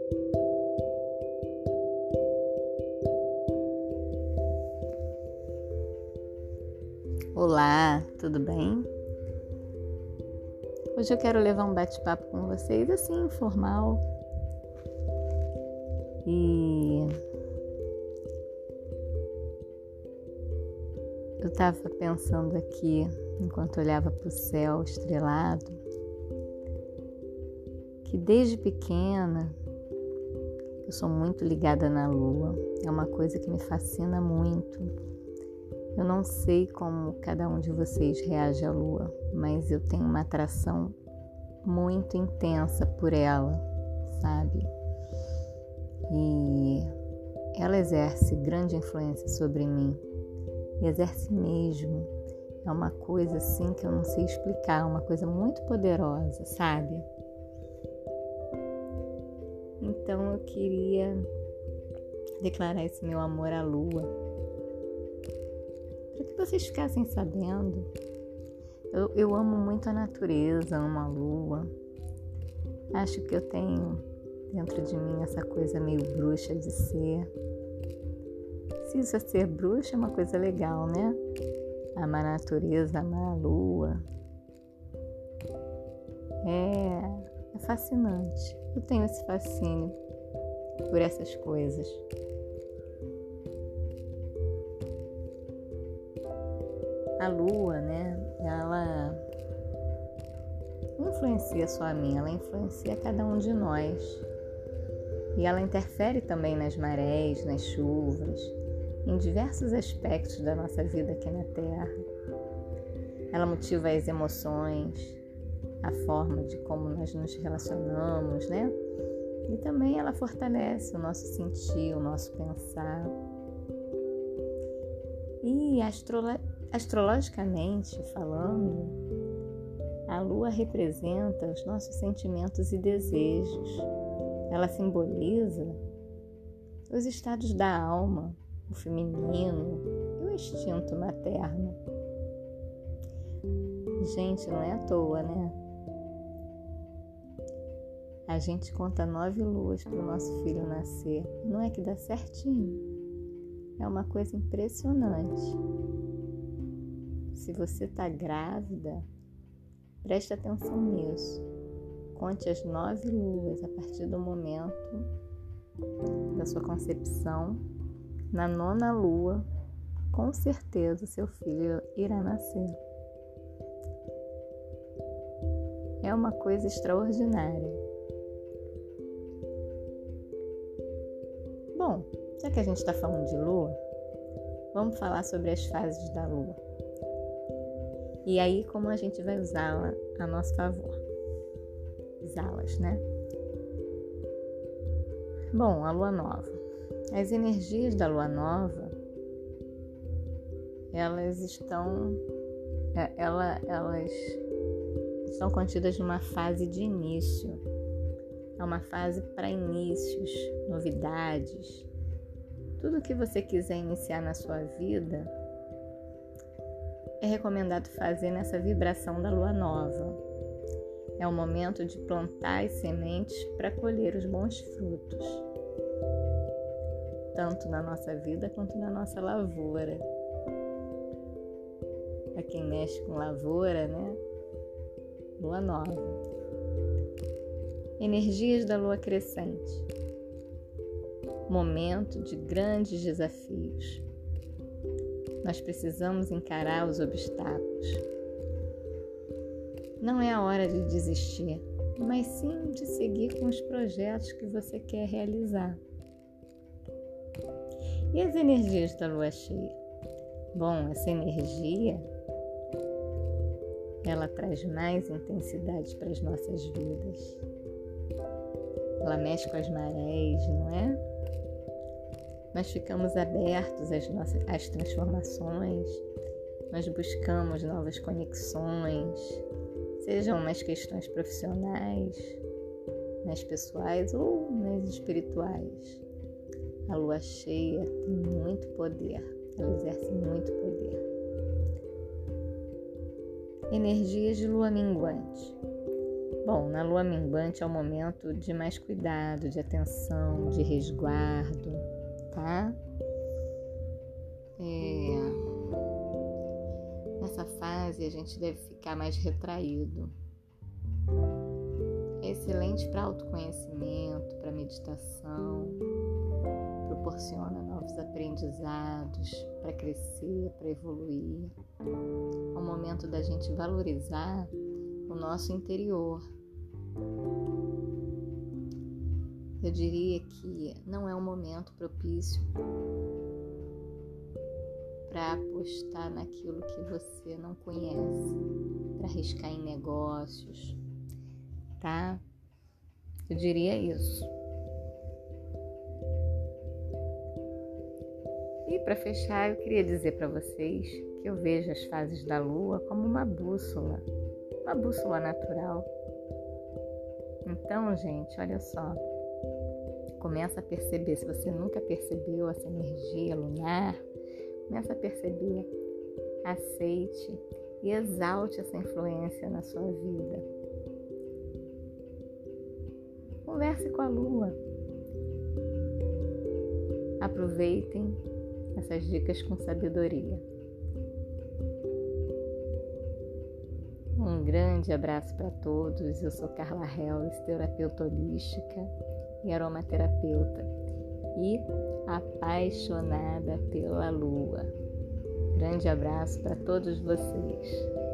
Olá, tudo bem? Hoje eu quero levar um bate-papo com vocês, assim, informal. E eu estava pensando aqui, enquanto olhava para o céu estrelado, que desde pequena eu sou muito ligada na lua. É uma coisa que me fascina muito. Eu não sei como cada um de vocês reage à lua, mas eu tenho uma atração muito intensa por ela, sabe? E ela exerce grande influência sobre mim. E exerce mesmo. É uma coisa assim que eu não sei explicar, uma coisa muito poderosa, sabe? Então eu queria declarar esse meu amor à lua, para que vocês ficassem sabendo. Eu amo muito a natureza, amo a lua. Acho que eu tenho dentro de mim essa coisa meio bruxa de ser. Se isso é ser bruxa, é uma coisa legal, né? Amar a natureza, amar a lua. É fascinante. Eu tenho esse fascínio por essas coisas. A lua, né? Ela não influencia só a mim, ela influencia cada um de nós. E ela interfere também nas marés, nas chuvas, em diversos aspectos da nossa vida aqui na Terra. Ela motiva as emoções, a forma de como nós nos relacionamos, né? E também ela fortalece o nosso sentir, o nosso pensar. E astrologicamente falando, a lua representa os nossos sentimentos e desejos. Ela simboliza os estados da alma, o feminino e o instinto materno. Gente, não é à toa, né? A gente conta 9 luas para o nosso filho nascer. Não é que dá certinho? É uma coisa impressionante. Se você está grávida, preste atenção nisso. Conte as 9 luas a partir do momento da sua concepção. Na 9ª lua, com certeza seu filho irá nascer. É uma coisa extraordinária. Bom, já que a gente está falando de lua, vamos falar sobre as fases da lua. E aí, como a gente vai usá-la a nosso favor. Usá-las, né? Bom, a lua nova. As energias da lua nova, elas estão contidas numa fase de início. É uma fase para inícios, novidades. Tudo que você quiser iniciar na sua vida é recomendado fazer nessa vibração da lua nova. É o momento de plantar as sementes para colher os bons frutos, tanto na nossa vida quanto na nossa lavoura. Para quem mexe com lavoura, né? Lua nova. Energias da lua crescente. Momento de grandes desafios. Nós precisamos encarar os obstáculos. Não é a hora de desistir, mas sim de seguir com os projetos que você quer realizar. E as energias da lua cheia? Bom, essa energia, ela traz mais intensidade para as nossas vidas. Ela mexe com as marés, não é? Nós ficamos abertos às transformações, nós buscamos novas conexões, sejam nas questões profissionais, nas pessoais ou nas espirituais. A lua cheia tem muito poder, ela exerce muito poder. Energias de lua minguante. Bom, na lua minguante é um momento de mais cuidado, de atenção, de resguardo, tá? Nessa fase a gente deve ficar mais retraído. É excelente para autoconhecimento, para meditação, proporciona novos aprendizados para crescer, para evoluir. É um momento da gente valorizar o nosso interior. Eu diria que não é um momento propício para apostar naquilo que você não conhece, para arriscar em negócios, tá? Eu diria isso. E para fechar, eu queria dizer para vocês que eu vejo as fases da Lua como uma bússola natural. Então, gente, olha só, começa a perceber, se você nunca percebeu essa energia lunar, começa a perceber, aceite e exalte essa influência na sua vida. Converse com a Lua. Aproveitem essas dicas com sabedoria. Um grande abraço para todos. Eu sou Carla Hellis, terapeuta holística e aromaterapeuta e apaixonada pela Lua. Grande abraço para todos vocês.